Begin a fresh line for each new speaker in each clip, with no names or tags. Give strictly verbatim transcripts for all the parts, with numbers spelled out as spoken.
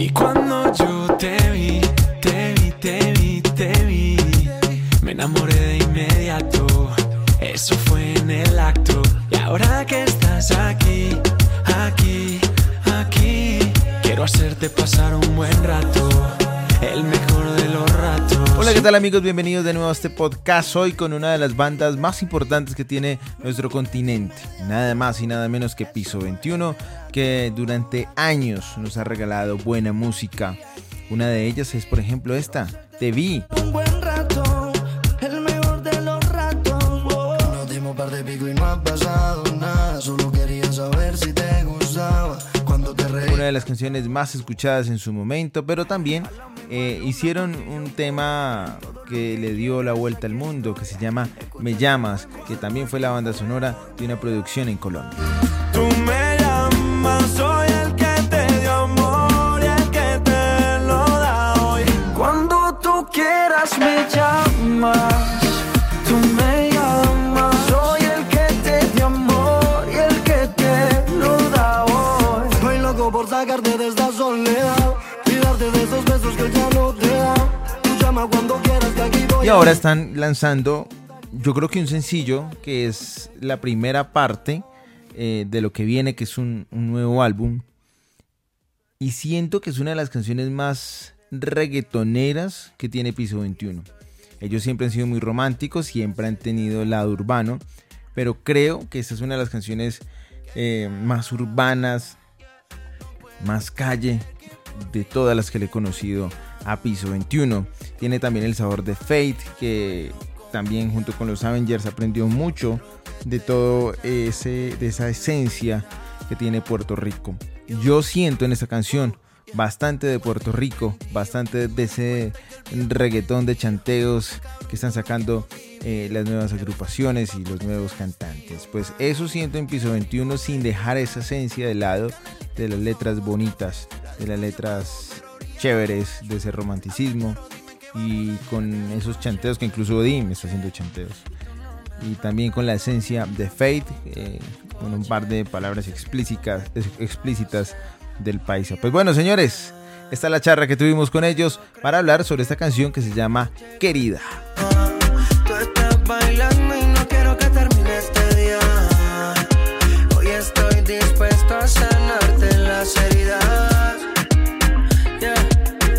Y cuando yo te vi, te vi, te vi, te vi, me enamoré de inmediato. Eso fue en el acto. Y ahora que estás aquí, aquí, aquí, quiero hacerte pasar un buen rato, el mejor de los ratos.
Hola, ¿qué tal amigos? Bienvenidos de nuevo a este podcast. Hoy con una de las bandas más importantes que tiene nuestro continente, nada más y nada menos que Piso veintiuno, que durante años nos ha regalado buena música. Una de ellas es, por ejemplo, esta, Te Vi.
Un buen rato, el mejor de los ratos. Oh. Nos dimos par de pico y no ha pasado nada. Solo quería saber si te gustaba cuando te reí.
Una de las canciones más escuchadas en su momento, pero también eh, hicieron un tema que le dio la vuelta al mundo, que se llama Me Llamas, que también fue la banda sonora de una producción en Colombia.
Tú me llamas, soy el que te dio amor y el que te lo da hoy.
Cuando tú quieras me llamas, tú me llamas. Soy el que te dio amor y el que te lo da hoy. Estoy loco por sacarte de esta soledad y darte de esos besos que ya no te da. Tú llama cuando quieras que aquí voy.
Y ahora están lanzando, yo creo que un sencillo, que es la primera parte eh, de lo que viene, que es un, un nuevo álbum. Y siento que es una de las canciones más reggaetoneras que tiene Piso veintiuno. Ellos siempre han sido muy románticos, siempre han tenido el lado urbano, pero creo que esta es una de las canciones eh, más urbanas, más calle de todas las que le he conocido a Piso veintiuno. Tiene también el sabor de Fate, que también junto con los Avengers aprendió mucho de todo ese, de esa esencia que tiene Puerto Rico. Yo siento en esta canción bastante de Puerto Rico, bastante de ese reggaetón de chanteos que están sacando eh, las nuevas agrupaciones y los nuevos cantantes. Pues eso siento en Piso veintiuno, sin dejar esa esencia de lado de las letras bonitas, de las letras chéveres, de ese romanticismo, y con esos chanteos que incluso Dim está haciendo chanteos, y también con la esencia de Fate, eh, con un par de palabras explícitas, explícitas del paisa. Pues bueno, señores, esta es la charla que tuvimos con ellos para hablar sobre esta canción que se llama Querida.
Tú estás bailando y no quiero que termine este día. Hoy estoy dispuesto a sanarte las heridas. Yeah.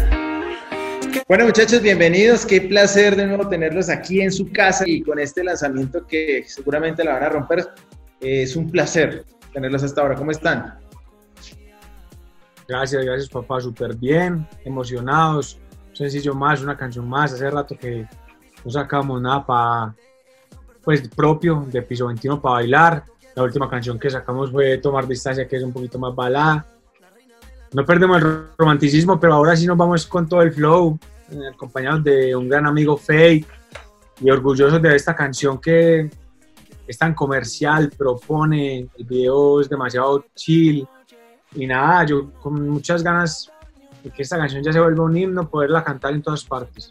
Bueno, muchachos, bienvenidos. Qué placer de nuevo tenerlos aquí en su casa y con este lanzamiento que seguramente la van a romper. Eh, es un placer tenerlos hasta ahora. ¿Cómo están?
Gracias, gracias papá, súper bien, emocionados, un sencillo más, una canción más. Hace rato que no sacamos nada para, pues, propio de Piso veintiuno para bailar. La última canción que sacamos fue Tomar Distancia, que es un poquito más balada. No perdemos el romanticismo, pero ahora sí nos vamos con todo el flow, eh, acompañados de un gran amigo Faye, y orgullosos de esta canción que es tan comercial, propone, el video es demasiado chill. Y nada, yo con muchas ganas de que esta canción ya se vuelva un himno, poderla cantar en todas partes.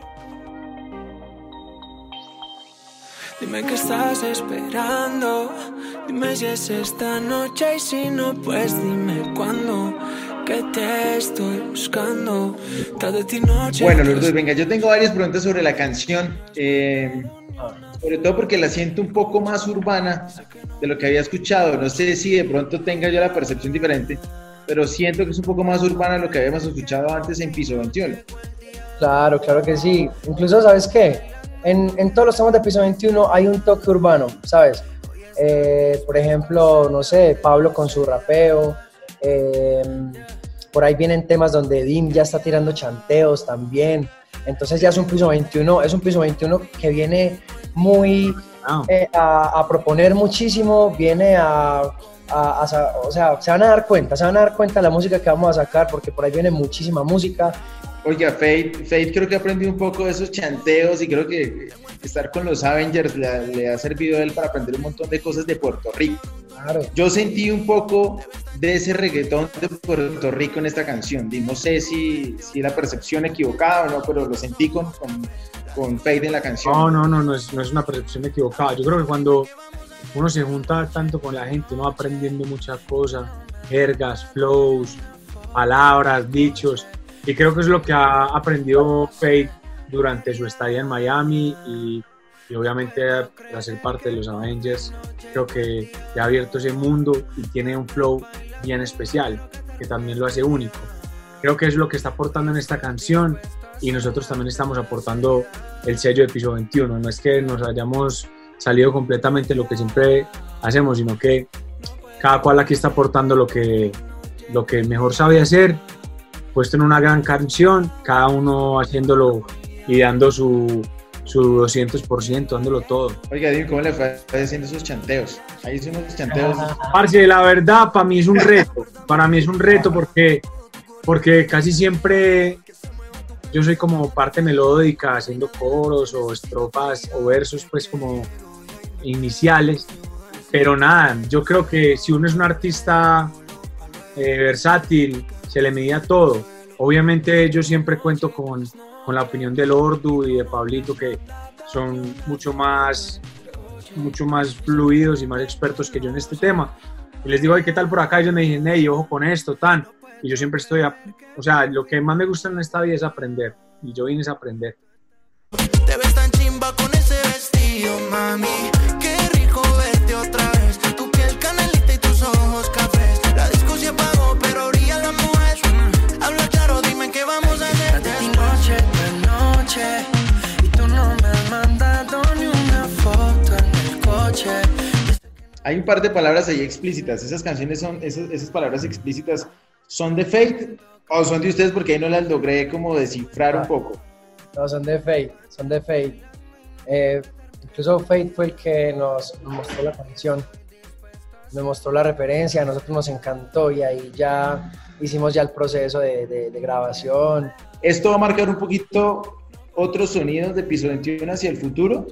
Dime qué estás esperando, dime si es esta noche y si no, pues dime cuándo, que te estoy buscando. Tras de ti noche.
Bueno, Lourdes, venga, yo tengo varias preguntas sobre la canción, eh, sobre todo porque la siento un poco más urbana de lo que había escuchado. No sé si de pronto tenga yo la percepción diferente, pero siento que es un poco más urbana de lo que habíamos escuchado antes en Piso veintiuno.
Claro, claro que sí. Incluso, ¿sabes qué? En, en todos los temas de Piso veintiuno hay un toque urbano, ¿sabes? Eh, por ejemplo, no sé, Pablo con su rapeo. Eh, por ahí vienen temas donde Dim ya está tirando chanteos también. Entonces ya es un Piso veintiuno, es un Piso veintiuno que viene muy eh, a, a proponer muchísimo, viene a, a, a, o sea, se van a dar cuenta, se van a dar cuenta de la música que vamos a sacar, porque por ahí viene muchísima música.
Oiga, Fate, Fate creo que aprendí un poco de esos chanteos y creo que estar con los Avengers le, le ha servido a él para aprender un montón de cosas de Puerto Rico.
Claro.
Yo sentí un poco de ese reggaetón de Puerto Rico en esta canción. No sé si, si la percepción equivocada o no, pero lo sentí con, con, con Fate en la canción.
No, no, no, no es, no es una percepción equivocada. Yo creo que cuando uno se junta tanto con la gente, uno va aprendiendo muchas cosas, jergas, flows, palabras, dichos, y creo que es lo que ha aprendido Feid durante su estadía en Miami y, y obviamente al ser parte de los Avengers, creo que ha abierto ese mundo y tiene un flow bien especial, que también lo hace único. Creo que es lo que está aportando en esta canción y nosotros también estamos aportando el sello de Piso veintiuno. No es que nos hayamos salido completamente de lo que siempre hacemos, sino que cada cual aquí está aportando lo que, lo que mejor sabe hacer, puesto en una gran canción, cada uno haciéndolo y dando su, su doscientos por ciento, dándolo todo.
Oiga, Dim, ¿cómo le fue haciendo esos chanteos? Ahí hizo unos chanteos.
Parce, la verdad, para mí es un reto, para mí es un reto porque, porque casi siempre yo soy como parte melódica, haciendo coros o estrofas o versos, pues como iniciales, pero nada, yo creo que si uno es un artista eh, versátil, se le medía todo. Obviamente yo siempre cuento con, con la opinión de Lordu y de Pablito, que son mucho más, mucho más fluidos y más expertos que yo en este tema. Y les digo, ¿qué tal por acá? Y ellos me dicen, hey, ojo con esto, tan. Y yo siempre estoy, a, o sea, lo que más me gusta en esta vida es aprender. Y yo vine a aprender.
Te ves tan chimba con ese vestido, mami. Qué rico verte otra vez. Tu piel canelita y tus ojos cafés. La disco se apagó, pero brilla la mujer. Mm. Habla claro, dime qué vamos a hacer. De noche de noche. Y tú no me has mandado ni una foto en el coche.
Hay un par de palabras ahí explícitas. Esas canciones son, esas, esas palabras explícitas son de Feid o son de ustedes, porque ahí no las logré como descifrar un poco.
No, son de Feid, son de Feid. Eh, incluso Feid fue el que nos, nos mostró la canción, nos mostró la referencia, a nosotros nos encantó y ahí ya hicimos ya el proceso de, de, de grabación.
¿Esto va a marcar un poquito otros sonidos de Piso veintiuno hacia el futuro?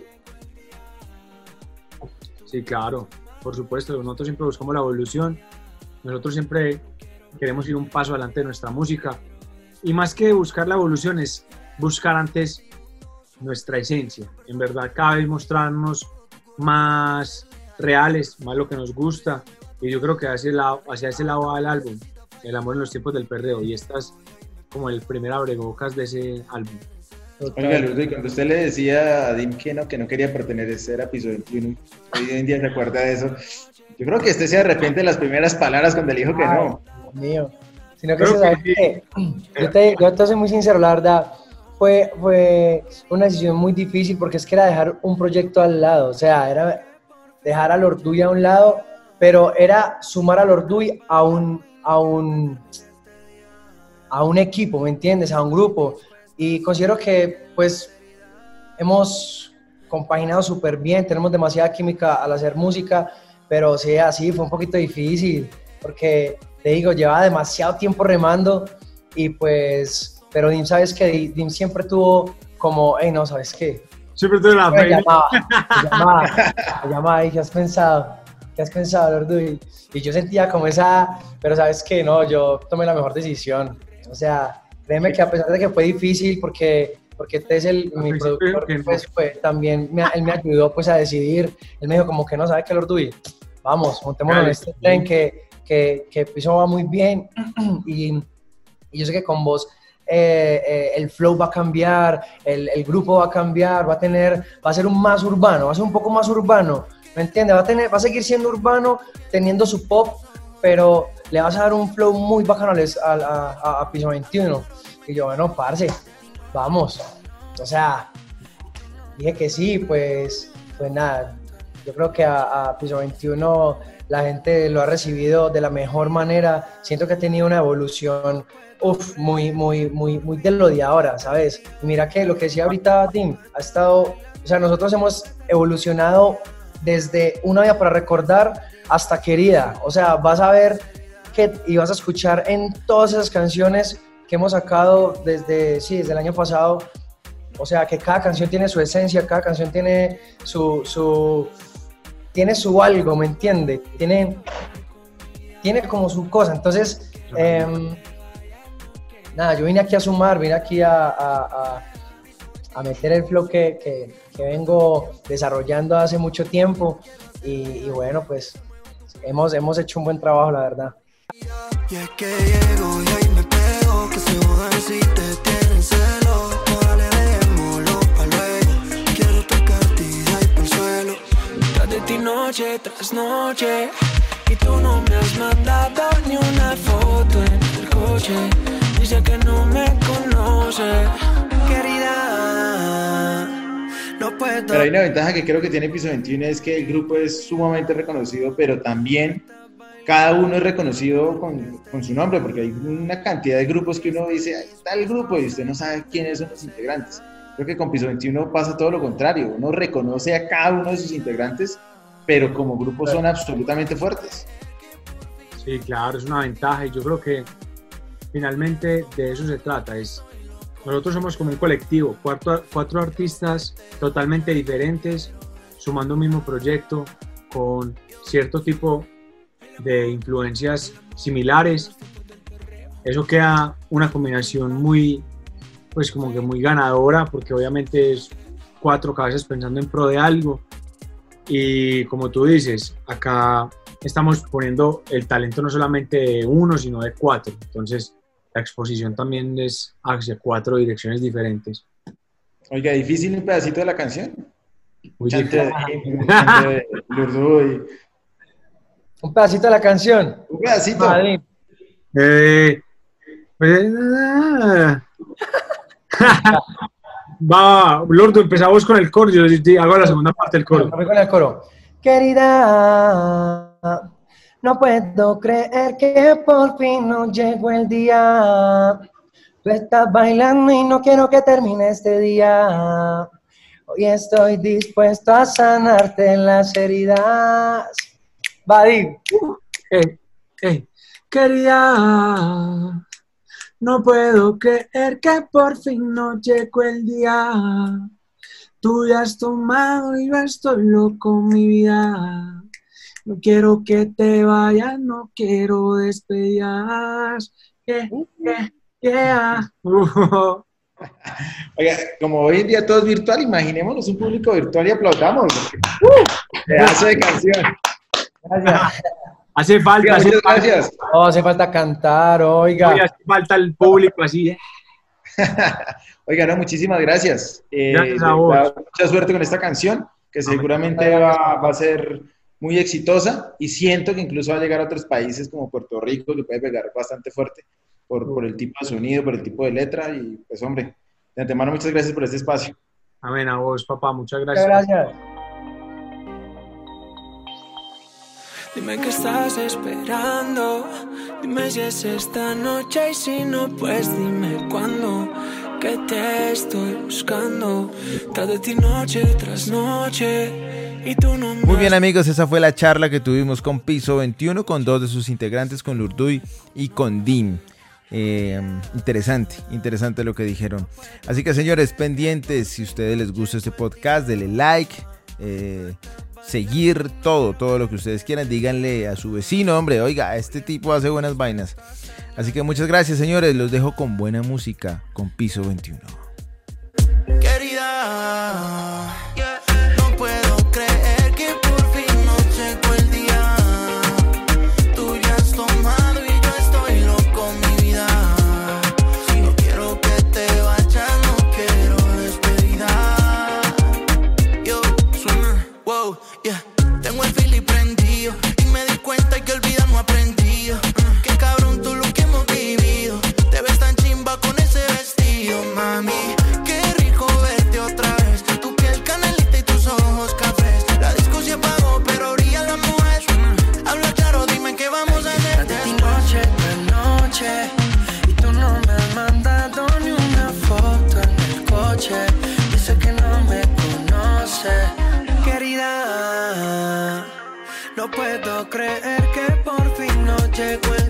Sí, claro, por supuesto, nosotros siempre buscamos la evolución, nosotros siempre queremos ir un paso adelante de nuestra música y más que buscar la evolución es buscar antes nuestra esencia, en verdad cada vez mostrarnos más reales, más lo que nos gusta, y yo creo que hacia, el lado, hacia ese lado va el álbum, El amor en los tiempos del perreo, y esta es como el primer abrebocas de ese álbum.
Oiga, Lourdes, cuando usted le decía a Dim que no, que no quería pertenecer a Piso veintiuno, hoy en día se acuerda de eso, yo creo que usted se arrepiente de las primeras palabras cuando le dijo que no.
Dios mío, sino que, se sabe que, que yo, te, yo te soy muy sincero, la verdad, fue, fue una decisión muy difícil porque es que era dejar un proyecto al lado, o sea, era dejar a Lorduy a un lado, pero era sumar a Lorduy a un, a un, a un equipo, ¿me entiendes? A un grupo, y considero que pues hemos compaginado súper bien, tenemos demasiada química al hacer música, pero sí, así fue un poquito difícil, porque te digo, llevaba demasiado tiempo remando y pues, pero Dim, ¿sabes qué? Dim siempre tuvo como, hey, no, ¿sabes qué?
Siempre tuve la fe.
Me llamaba, me llamaba, me llamaba y ¿qué has pensado? ¿Qué has pensado, Lorduy? Y yo sentía como esa, pero ¿sabes qué? No, yo tomé la mejor decisión. O sea, créeme que a pesar de que fue difícil porque, porque este es el, mi productor, pues, fue, también me, él me ayudó pues a decidir. Él me dijo como que no, ¿sabes qué, Lorduy? Vamos, montémonos en este tren que, que, que Piso va muy bien y, y yo sé que con vos eh, eh, el flow va a cambiar, el, el grupo va a cambiar, va a tener, va a ser un más urbano, va a ser un poco más urbano, ¿me entiendes? Va a tener, va a seguir siendo urbano, teniendo su pop, pero le vas a dar un flow muy bacano a, a, a Piso veintiuno. Y yo, bueno, parce, vamos. O sea, dije que sí, pues, pues nada. Yo creo que a, a Piso veintiuno la gente lo ha recibido de la mejor manera. Siento que ha tenido una evolución uf, muy, muy, muy, muy de lo de ahora, ¿sabes? Y mira que lo que decía ahorita Tim, ha estado, o sea, nosotros hemos evolucionado desde Una vida para recordar hasta Querida. O sea, vas a ver que, y vas a escuchar en todas esas canciones que hemos sacado desde, sí, desde el año pasado. O sea, que cada canción tiene su esencia, cada canción tiene su, su, tiene su algo, ¿me entiendes? Tiene, tiene como su cosa. Entonces, eh, nada, yo vine aquí a sumar, vine aquí a, a, a, a meter el flow que, que, que vengo desarrollando hace mucho tiempo y, y bueno, pues hemos, hemos hecho un buen trabajo, la verdad.
Y es que llego y ahí me pego, que se jodan si te tienen celo. Órale, dejémoslo pa' luego, quiero tocarte y de ahí por suelo.
Tras de ti noche tras noche, y tú no me has mandado ni una foto en el coche. Dice que no me conoce, querida, no puedo.
Pero hay una ventaja que creo que tiene Piso veintiuno, es que el grupo es sumamente reconocido, pero también cada uno es reconocido con, con su nombre, porque hay una cantidad de grupos que uno dice, ahí está el grupo, y usted no sabe quiénes son los integrantes. Creo que con Piso veintiuno pasa todo lo contrario, uno reconoce a cada uno de sus integrantes, pero como grupo son absolutamente fuertes.
Sí, claro, es una ventaja, y yo creo que finalmente de eso se trata. Es, nosotros somos como un colectivo, cuatro, cuatro artistas totalmente diferentes, sumando un mismo proyecto, con cierto tipo de influencias similares. Eso queda una combinación muy, pues como que muy ganadora, porque obviamente es cuatro cabezas pensando en pro de algo. Y como tú dices, acá estamos poniendo el talento no solamente de uno, sino de cuatro. Entonces, la exposición también es hacia cuatro direcciones diferentes.
Oiga, difícil un pedacito de la canción.
Muy
Chante
difícil.
de, chante de Lurduy.
Un pedacito de la canción.
Un pedacito.
Madrid.
Eh, pues, ah. Va, Lordo, empezamos con el coro, yo hago la segunda parte del coro.
Voy con el coro. Querida, no puedo creer que por fin no llegó el día. Tú estás bailando y no quiero que termine este día. Hoy estoy dispuesto a sanarte las heridas. Vadim.
Hey, hey. Querida, no puedo creer que por fin no llegó el día. Tú ya has tomado y yo estoy loco, mi vida. No quiero que te vayas, no quiero despedidas. Yeah, yeah, yeah. Uh.
Oiga, como hoy en día todo es virtual, imaginémonos un público virtual y aplaudamos. Uh, pedazo de canción.
Gracias.
Hace falta,
Oiga,
hace
muchas
falta,
gracias.
Oh, hace falta cantar, oiga.
oiga, hace falta el público así. ¿Eh?
Oiga, no, muchísimas gracias. Eh,
Gracias a vos.
Mucha suerte con esta canción, que seguramente va, va a ser muy exitosa, y siento que incluso va a llegar a otros países como Puerto Rico, que puede pegar bastante fuerte por, por el tipo de sonido, por el tipo de letra, y pues hombre, de antemano muchas gracias por este espacio.
Amén, a vos, papá, muchas
Muchas
gracias.
gracias.
Dime qué estás esperando, dime si es esta noche y si no, pues dime cuándo, que te estoy buscando, tras de ti noche tras noche, y tú no me
Muy bien, amigos, esa fue la charla que tuvimos con Piso veintiuno, con dos de sus integrantes, con Lurduy y con Dim. Eh, interesante, interesante lo que dijeron. Así que, señores, pendientes, si a ustedes les gusta este podcast, denle like, eh, seguir, todo, todo lo que ustedes quieran. Díganle a su vecino, hombre, oiga, este tipo hace buenas vainas. Así que muchas gracias, señores, los dejo con buena música, con Piso veintiuno.
Querida, yeah, no puedo creer que por fin no llegó el día. Tú ya has tomado y yo estoy loco, mi vida. Si no quiero que te vayas, no quiero despedida. Yo, suena, wow, yeah. Tengo el fili prendido y me di cuenta que olvidar no aprendido. Uh, qué cabrón tú lo que hemos vivido. Te ves tan chimba con ese vestido, mami.
Y tú no me has mandado ni una foto en el coche. Dice que no me conoce, querida. No puedo creer que por fin no llegó